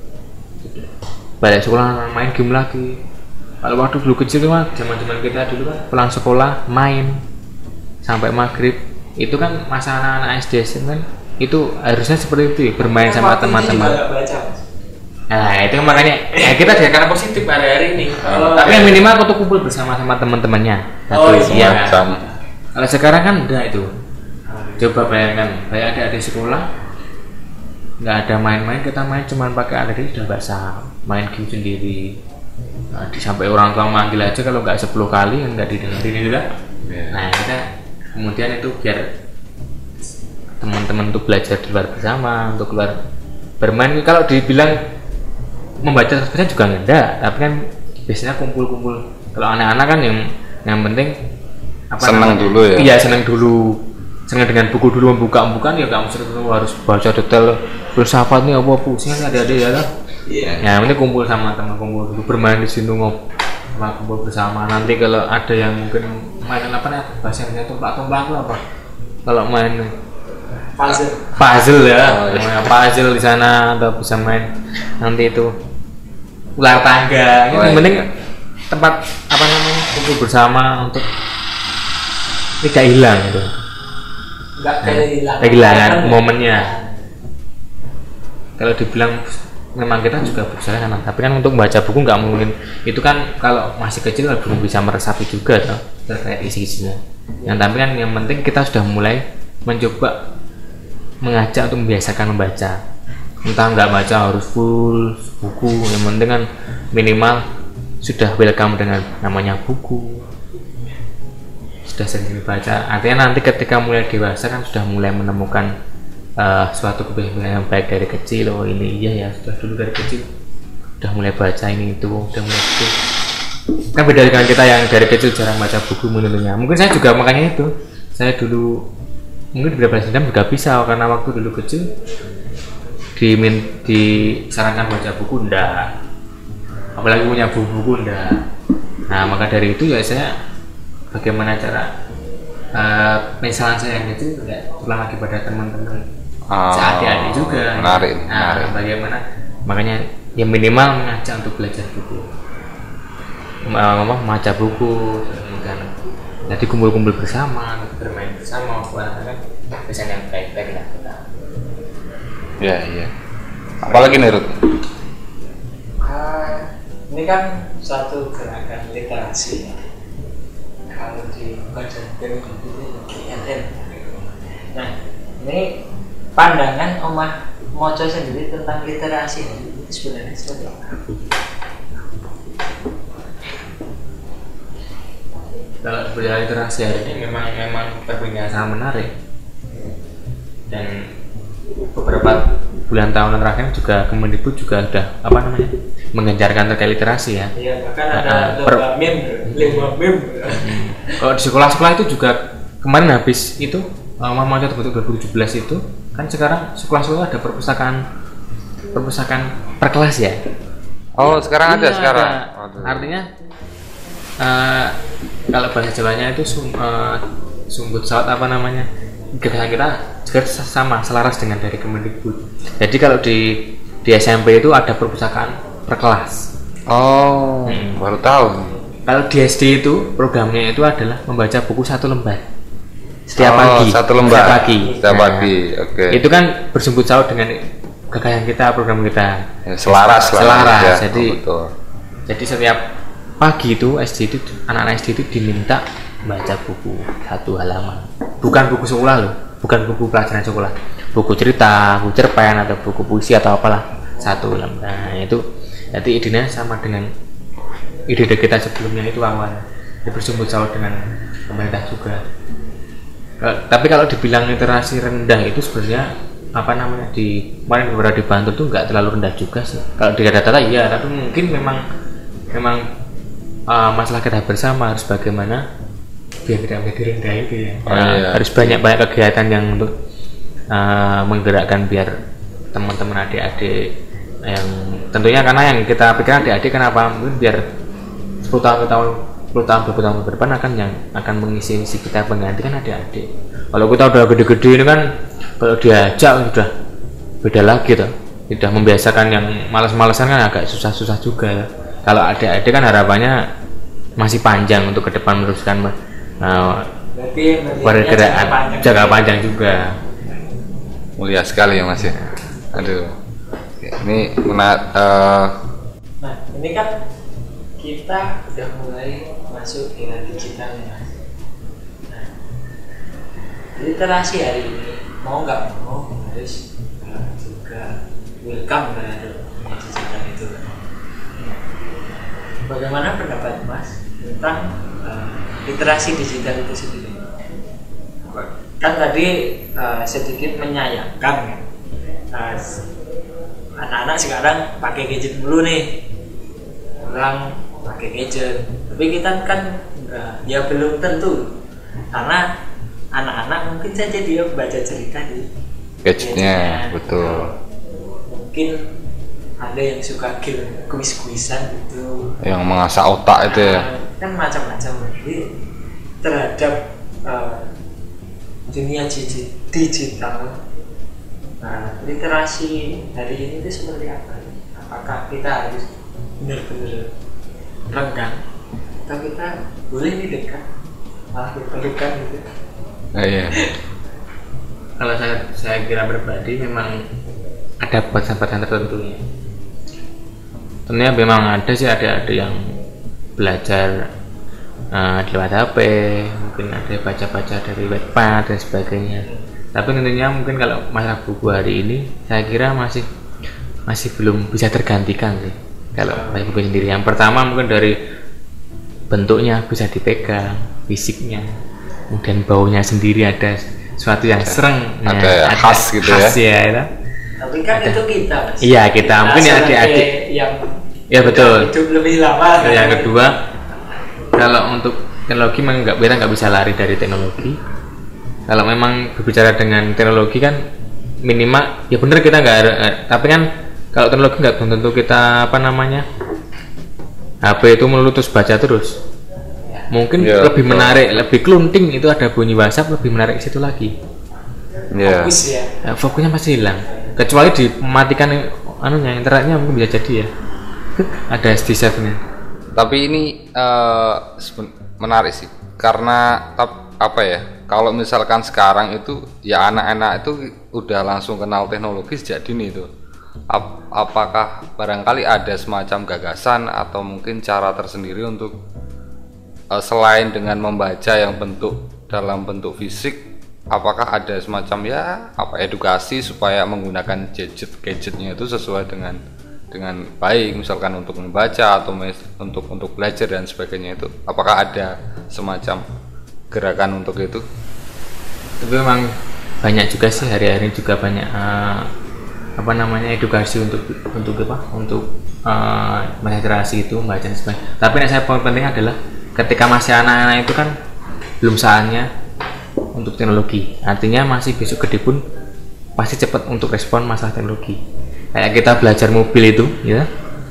balik sekolah main game lagi. Kalau waktu dulu kecil tuh mah zaman-zaman kita dulu kan pulang sekolah main sampai maghrib, itu kan masa anak-anak S D kan itu harusnya seperti itu, bermain sama teman-teman. Nah itu makanya ya kita karena positif hari-hari ini. Oh, tapi yang minimal aku tuh kumpul bersama sama teman-temannya. Oh iya. Sama. Kalau sekarang kan enggak itu. Coba bayangkan, kayak adik-adik sekolah nggak ada main-main, kita main cuma pakai adik sudah basah, main game sendiri. Nah, sampai orang tua manggil aja kalau nggak sepuluh kali nggak didengerin juga. Yeah. Nah kita kemudian itu biar teman-teman tuh belajar di luar bersama, untuk keluar bermain. Kalau dibilang membaca sebenarnya juga enggak, tapi kan biasanya kumpul-kumpul. Kalau anak-anak kan yang yang penting apa senang namanya? Dulu ya. Iya senang dulu. Senang dengan buku dulu, membuka-bukaan ya nggak mesti harus baca detail filsafat nih apa pusing ada-ada ya lah. Iya. Ya ini kumpul sama teman, kumpul dulu bermain di sini ngob, kumpul bersama. Nanti kalau ada yang mungkin main apa nih bahasanya tumplak-tumplak apa? Kalau main puzzle, puzzle ya, oh, iya. Puzzle di sana atau bisa main nanti itu ular tangga. Ini oh, penting iya. Tempat apa namanya kumpul bersama untuk tidak hilang itu. Enggak kehilangan kehilangan momennya. Kalau dibilang memang kita juga berusaha kan, tapi kan untuk membaca buku nggak mungkin itu kan kalau masih kecil belum bisa meresapi juga toh terkait isi-isinya. Yang tapi kan yang penting kita sudah mulai mencoba mengajak untuk membiasakan membaca. Entah nggak baca harus full buku, yang penting kan minimal sudah welcome dengan namanya buku. Sudah sering dibaca, artinya nanti ketika mulai dewasa kan sudah mulai menemukan uh, suatu kebiasaan yang baik dari kecil. Oh ini iya ya, sudah dulu dari kecil sudah mulai baca ini itu, sudah mulai itu. Kan beda dengan kita yang dari kecil jarang baca buku menurutnya. Mungkin saya juga makanya itu, saya dulu mungkin beberapa tahun juga bisa karena waktu dulu kecil dimin, disarankan baca buku enggak, apalagi punya buku-buku enggak. Nah maka dari itu ya saya bagaimana cara uh, misalnya saya yang itu tidak pulang lagi pada teman-teman oh, adik-adik juga. Menarik, nah, menarik. Bagaimana makanya ya minimal mengajak untuk belajar buku, membaca buku, kemudian jadi kumpul-kumpul bersama, bermain bersama, kan kesan yang baik-baik lah kita. Ya iya. Apalagi nih Ruth? Uh, ini kan satu gerakan literasi. Kalau di badan itu G L N. Nah, ini pandangan Omah Moco sendiri tentang literasi itu sebenarnya seperti apa? Kalau budaya literasi hari ini memang memang perbincangan sangat menarik. Dan beberapa bulan tahunan terakhir juga Kemendikbud juga sudah apa namanya menggencarkan terkait literasi ya. Iya, bahkan ada Nah, lomba per- meme, lomba meme. Kalau di sekolah-sekolah itu juga kemarin habis itu uh, Mama Contoh dua ribu tujuh belas itu kan sekarang sekolah-sekolah ada perpustakaan perpustakaan per kelas ya. Oh, sekarang ada Iya, sekarang. ada. Waduh. Artinya uh, kalau bahasa Jawanya itu sum, uh, sumbut saut apa namanya? Kita kita juga sama selaras dengan dari Kemendikbud. Jadi kalau di di S M P itu ada perpustakaan per kelas. Oh, Hmm. baru tahu. Kalau di S D itu programnya itu adalah membaca buku satu lembar setiap Oh, pagi. satu lembar. Setiap pagi. Setiap Nah, pagi, oke. Itu kan bersambut saut dengan gagasan kita, program kita. Ya, selaras lah. Selaras. Ya, Jadi oh, betul. jadi setiap pagi itu S D itu anak-anak S D itu diminta baca buku satu halaman. Bukan buku sekolah loh, bukan buku pelajaran sekolah. Buku cerita, buku cerpen atau buku puisi atau apalah satu halaman. Nah, itu jadi idenya sama dengan ide kita sebelumnya itu awalnya. Dia bersambut saut dengan pemerintah juga. Eh, tapi kalau dibilang literasi rendah itu sebenarnya apa namanya di kemarin beberapa di Bantul tuh nggak terlalu rendah juga sih. Kalau di data-data iya, tapi mungkin memang memang uh, masalah kita bersama harus bagaimana biar tidak menjadi rendah itu ya. Oh, Nah, iya. harus banyak-banyak kegiatan yang untuk uh, menggerakkan biar teman-teman adik-adik yang tentunya karena yang kita pikirkan adik-adik kenapa mungkin biar sepuluh tahun tahun sepuluh tahun dua puluh tahun ke depan akan yang akan mengisi misi kita pengganti kan adik-adik. Kalau kita udah gede-gede ini kan kalau diajak sudah beda lagi tuh. Sudah membiasakan yang malas-malasan kan agak susah-susah juga ya. Kalau adik-adik kan harapannya masih panjang untuk ke depan meneruskan uh, Berarti pergerakan jangka panjang juga. Mulia sekali ya Mas ya. Aduh. Oke, ini menarik. Uh, Nah, ini kan kita udah mulai masuk era digital ya. Nah, literasi hari ini mau nggak mau harus uh, juga welcome terhadap dunia digital itu. Bagaimana pendapat Mas tentang uh, literasi digital itu sendiri? Kan tadi uh, sedikit menyayangkan kan. Uh, anak-anak sekarang pakai gadget dulu nih, orang pakai gadget, tapi kita kan enggak, ya belum tentu, karena anak-anak mungkin saja dia baca cerita di gadgetnya, betul. Mungkin ada yang suka game kuis-kuisan gitu, Yang mengasah otak itu ya. Nah, kan macam-macam. Jadi terhadap uh, dunia digi- digital, nah, literasi hari ini itu seperti apa? Apakah kita harus benar-benar renggang atau kita boleh nih dekat, malah berpelukan gitu? Oh, iya. Kalau saya saya kira pribadi memang ada batasan-batasan tertentunya. Tentunya memang ada sih ada-ada yang belajar uh, lewat H P, mungkin ada baca-baca dari Wattpad dan sebagainya. Tapi tentunya mungkin kalau masalah buku hari ini saya kira masih masih belum bisa tergantikan sih. Kalau baca buku sendiri, yang pertama mungkin dari bentuknya bisa dipegang, fisiknya, kemudian baunya sendiri ada sesuatu yang sereng, ada ya, khas gitu khas ya. ya, ya. Tapi kan Ada. itu kita, Mas. Iya, kita. Mungkin yang sebagai adik-adik. yang Ya betul. hidup lebih lama. Terus yang kedua, kalau untuk teknologi memang nggak kita nggak bisa lari dari teknologi. Kalau memang berbicara dengan teknologi kan minimal ya benar kita nggak ada, eh, tapi kan kalau teknologi nggak belum tentu kita apa namanya H P itu melulu terus baca terus. Mungkin Ya, lebih betul. menarik, lebih klunting itu ada bunyi WhatsApp lebih menarik ke situ lagi. Iya. Fokus ya. Ya, fokusnya pasti hilang. Kecuali dimatikan anunya internetnya mungkin bisa jadi ya. Ada S D set-nya. Tapi ini eh, seben- menarik sih, karena tap- apa ya? Kalau misalkan sekarang itu ya anak-anak itu udah langsung kenal teknologi sejak dini itu. Ap- apakah barangkali ada semacam gagasan atau mungkin cara tersendiri untuk eh, selain dengan membaca yang bentuk dalam bentuk fisik, apakah ada semacam ya apa edukasi supaya menggunakan gadget gadgetnya itu sesuai dengan dengan baik, misalkan untuk membaca atau mes- untuk untuk belajar dan sebagainya itu, apakah ada semacam gerakan untuk itu? Tapi memang banyak juga sih hari-hari juga banyak uh, apa namanya edukasi untuk untuk apa untuk uh, literasi itu membaca dan sebagainya. Tapi yang saya poin penting adalah ketika masih anak-anak itu kan belum saatnya untuk teknologi. Artinya masih besok gede pun pasti cepat untuk respon masalah teknologi. Kayak kita belajar mobil itu, ya.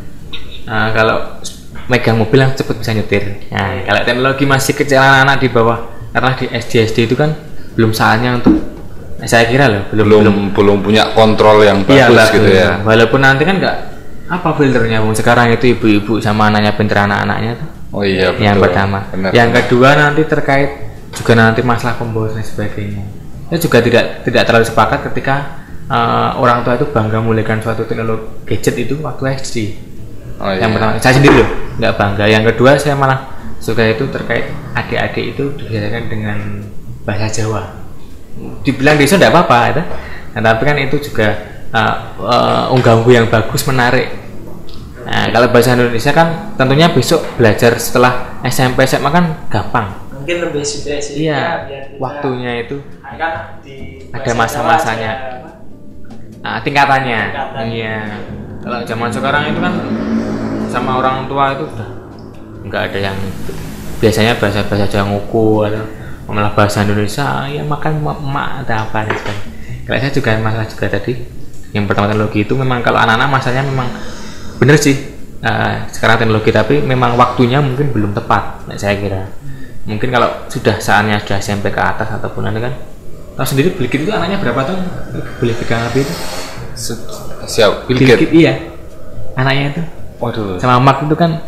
Nah, kalau megang mobil yang cepat bisa nyetir. Nah, kalau teknologi masih kecil anak-anak di bawah, karena di S D S D itu kan belum saatnya untuk, nah, saya kira loh, belum belum belum, belum punya kontrol yang bagus iya, gitu ya. Walaupun nanti kan nggak apa filternya, sekarang itu ibu-ibu sama anaknya pinter anak-anaknya tuh. Oh iya, betul. Yang pertama. Benar. Yang kedua nanti terkait juga nanti masalah pembosan dan sebagainya. Itu juga tidak tidak terlalu sepakat ketika uh, orang tua itu bangga memulihkan suatu teknologi gadget itu waktu S D. Oh, yang iya. pertama, saya sendiri loh nggak bangga. Yang kedua saya malah suka itu terkait adik-adik itu dibiasakan dengan bahasa Jawa. Dibilang desa tidak apa-apa, ya. Nah, tapi kan itu juga uh, uh, unggah-ungguh yang bagus, menarik. Nah, kalau bahasa Indonesia kan tentunya besok belajar setelah S M P S M A kan gampang. Mungkin lebih sudah sih. Iya, Ya, waktunya itu kan di ada masa-masanya, nah, tingkatannya. Tingkatan. Iya. Kalau zaman sekarang itu kan sama orang tua itu udah nggak ada yang biasanya bahasa-bahasa Jawa nguku atau malah bahasa Indonesia ya makan emak atau apa dan sebagainya. Kalau saya juga masalah juga tadi yang pertama teknologi itu memang kalau anak-anak masalahnya memang bener sih uh, sekarang teknologi, tapi memang waktunya mungkin belum tepat. Nah, saya kira mungkin kalau sudah saatnya sudah S M P ke atas ataupun ada kan tahu sendiri Bill Gates itu anaknya berapa tahun boleh pegang H P itu? Siap, Bill Bill Gates. Gates, iya anaknya itu. Waduh. Sama Mark itu kan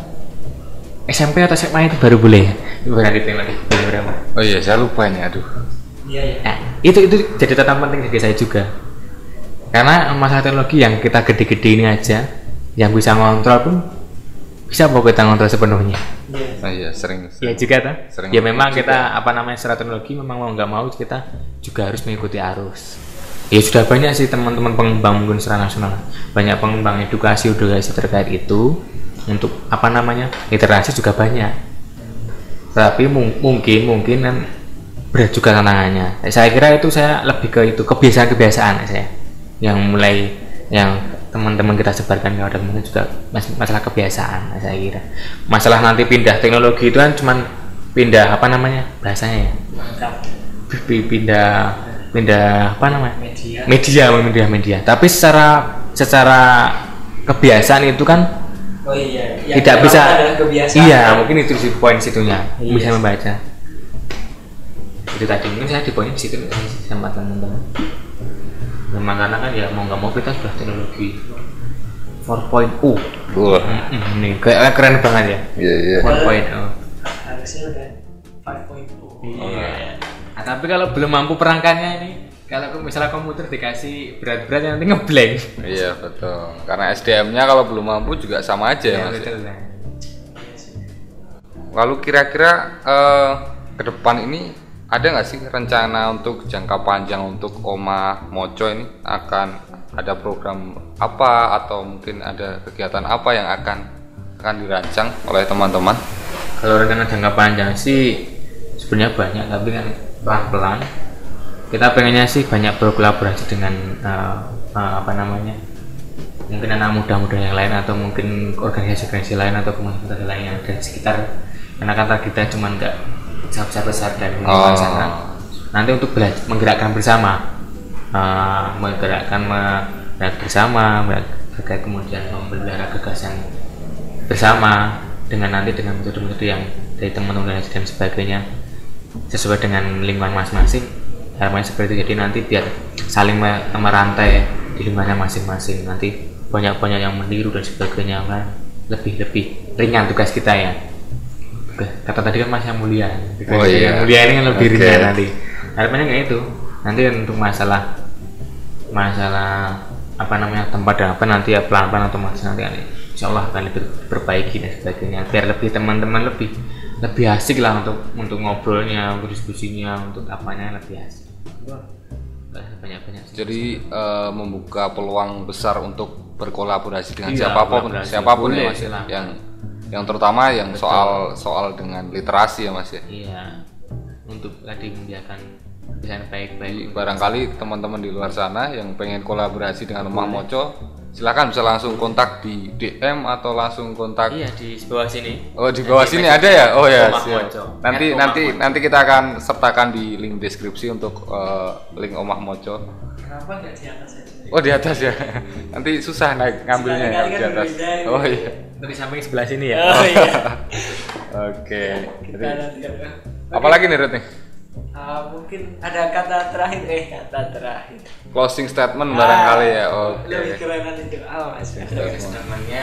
S M P atau S M A itu baru boleh. Berarti teknologi boleh berapa? Oh iya, saya lupa ini, aduh. Iya, iya. Nah, itu itu jadi catatan penting bagi saya juga. Karena masalah teknologi yang kita gede-gede ini aja, yang bisa ngontrol pun bisa apa kita ngontrol sepenuhnya. Iya. Oh iya, sering. Ya juga tuh. Sering Ya memang juga. kita apa namanya secara teknologi memang mau nggak mau kita juga harus mengikuti arus. Ya sudah banyak sih teman-teman pengembang mungkin secara nasional, banyak pengembang edukasi edukasi terkait itu untuk apa namanya literasi juga banyak. Tapi mung- mungkin mungkin kan berat juga tantangannya. Saya kira itu saya lebih ke itu kebiasaan-kebiasaan saya yang mulai yang teman-teman kita sebarkan ke orang mungkin juga mas- masalah kebiasaan. Saya kira masalah nanti pindah teknologi itu kan cuman pindah apa namanya bahasanya ya P- pindah pindah apa namanya Media. media media media tapi secara secara kebiasaan itu kan Oh iya. Yang tidak pertama bisa adalah kebiasaan. iya mungkin itu sih poin situnya Iya. bisa membaca itu tadi mungkin saya di poin di situ sama teman-teman memang karena kan ya mau nggak mau kita sudah teknologi empat titik nol Wah. ini kayak keren banget ya Iya, iya. empat titik nol Harusnya udah lima titik nol. iya nah, tapi kalau belum mampu perangkatnya ini kalau misalnya komputer dikasih berat-berat nanti ngeblank. Iya, betul. Karena S D M-nya kalau belum mampu juga sama aja ya, Ya, Mas. betul, nah. Lalu kira-kira eh, ke depan ini ada nggak sih rencana untuk jangka panjang untuk Oma Moco ini akan ada program apa atau mungkin ada kegiatan apa yang akan akan dirancang oleh teman-teman? Kalau rencana jangka panjang sih sebenarnya banyak, tapi kan pelan-pelan. Kita pengennya sih banyak berkolaborasi dengan uh, uh, apa namanya, mungkin anak muda-muda yang lain atau mungkin organisasi-organisasi lain atau komunitas lain yang ada di sekitar. Karena kan kita cuma nggak besar-besar dan Oh. sana. Nanti untuk belajar, menggerakkan bersama, uh, menggerakkan menggerak bersama, menggerak kemudian memelihara gagasan bersama dengan nanti dengan metode-metode yang dari teman-teman dan sebagainya sesuai dengan lingkungan masing-masing. Harapannya seperti itu, jadi nanti biar saling merantai di lingkungannya masing-masing, nanti banyak-banyak yang meniru dan sebagainya kan lebih-lebih ringan tugas kita ya. Kata tadi kan Mas yang mulia, Oh, iya. yang mulia ini kan lebih Oke. ringan nanti. Harapannya kayak itu. Nanti untuk masalah masalah apa namanya tempat dan apa nanti ya pelan-pelan otomatis nanti kan insya Allah akan lebih perbaiki dan sebagainya biar lebih teman-teman lebih lebih asik lah untuk untuk ngobrolnya, untuk diskusinya, untuk apanya lebih asik. Banyak-banyak. Jadi eh, membuka peluang besar untuk berkolaborasi dengan Iya, siapapun, kolaborasi. siapapun ya Boleh, Mas. silakan. Yang yang terutama yang Betul. soal soal dengan literasi ya Mas ya. Iya, untuk tadi membiarkan Desain Jadi baik-baik. barangkali teman-teman di luar sana yang pengen kolaborasi dengan Omah Moco, silakan bisa langsung kontak di D M atau langsung kontak. Iya, di bawah sini. Oh, di bawah Nanti sini message ada ya? Oh ya, Omah siap. Moco. Nanti At Omah nanti Moco. nanti kita akan sertakan di link deskripsi untuk eh, link Omah Moco. Kenapa nggak di atas aja? Oh, di atas ya. Nanti susah naik ngambilnya ya, Sekali-kali di kan atas. berbeda ya. Oh iya. Nanti samping sebelah sini ya. Oh iya. Oke. Kita Jadi nanti ada. apalagi nih Ruth nih? Ah, mungkin ada kata terakhir eh kata terakhir. Closing statement barangkali ya. Oke. Lebih keren nanti itu. Oh, Mas. Namanya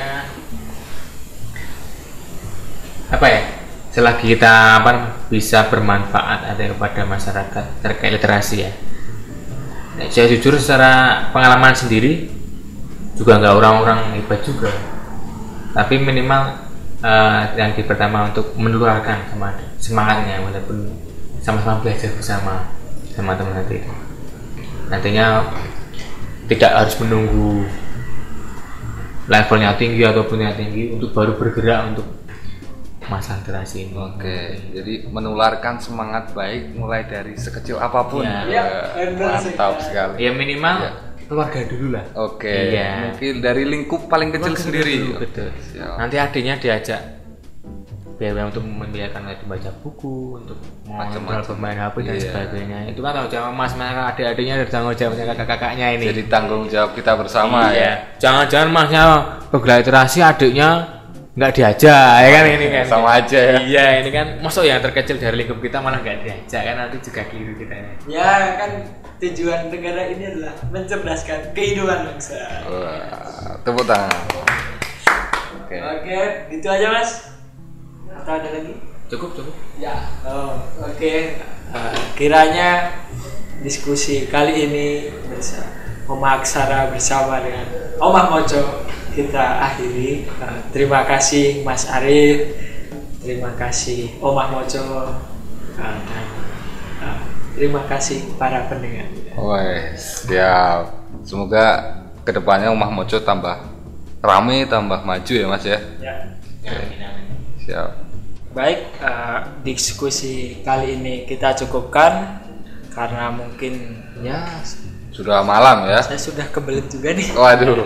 apa ya? Selagi kita apa bisa bermanfaat ada kepada masyarakat terkait literasi ya. Nah, saya jujur secara pengalaman sendiri juga nggak orang-orang hebat juga, tapi minimal eh, yang di pertama untuk menularkan sama semangatnya walaupun sama-sama belajar bersama teman-teman nanti itu. Nantinya tidak harus menunggu levelnya tinggi ataupun yang tinggi untuk baru bergerak untuk masalah literasi ini. Oke, jadi menularkan semangat baik mulai dari sekecil apapun. Ya. Ya, Wah, benar mantap sekali. sekali. Ya minimal Ya. keluarga dulu lah. Oke, Iya. mungkin dari lingkup paling kecil Keluarga sendiri. dulu, betul. Siap. Nanti adiknya diajak biar untuk membiarkan lagi baca buku, untuk Macam-macam. mengontrol pemain H P dan Iya. sebagainya. Itu kan tanggung jawab mas, mereka adik-adiknya dan tanggung jawabnya kakak-kakaknya ini. Jadi tanggung jawab kita bersama ya. Iya. Jangan-jangan masnya bergerak literasi, adiknya nggak diajak, ya kan ini kan. Sama aja ya. Iya, ini kan masuk yang terkecil dari lingkup kita malah nggak diajak kan, nanti juga keliru kita. Ya kan tujuan negara ini adalah mencerdaskan kehidupan bangsa. Wah, tepuk tangan. Oke. Oke, gitu aja Mas. Atau ada lagi? Cukup, cukup. Ya. Oh, oke. Eh, kiranya diskusi kali ini bersama Omah Aksara bersama dengan Omah Moco kita akhiri. Eh, terima kasih Mas Arif, terima kasih Omah Moco, eh, dan eh, terima kasih para pendengar. Wes, siap. Semoga kedepannya Omah Moco tambah rame, tambah maju ya Mas ya. Ya. Amin, amin. Siap. Baik, eh, diskusi kali ini kita cukupkan karena mungkin ya Sudah malam ya. saya sudah kebelet juga nih. Waduh.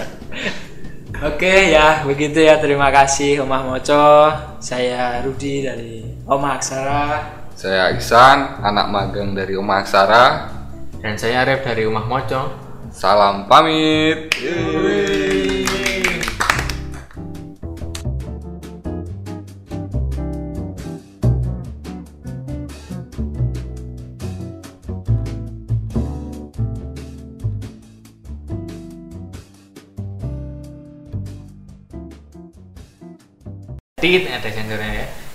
Oke ya, begitu ya. Terima kasih Omah Moco. Saya Rudi dari Omah Aksara. Saya Ihsan, anak magang dari Omah Aksara. Dan saya Arif dari Omah Moco. Salam pamit. Tit ada sensornya ya.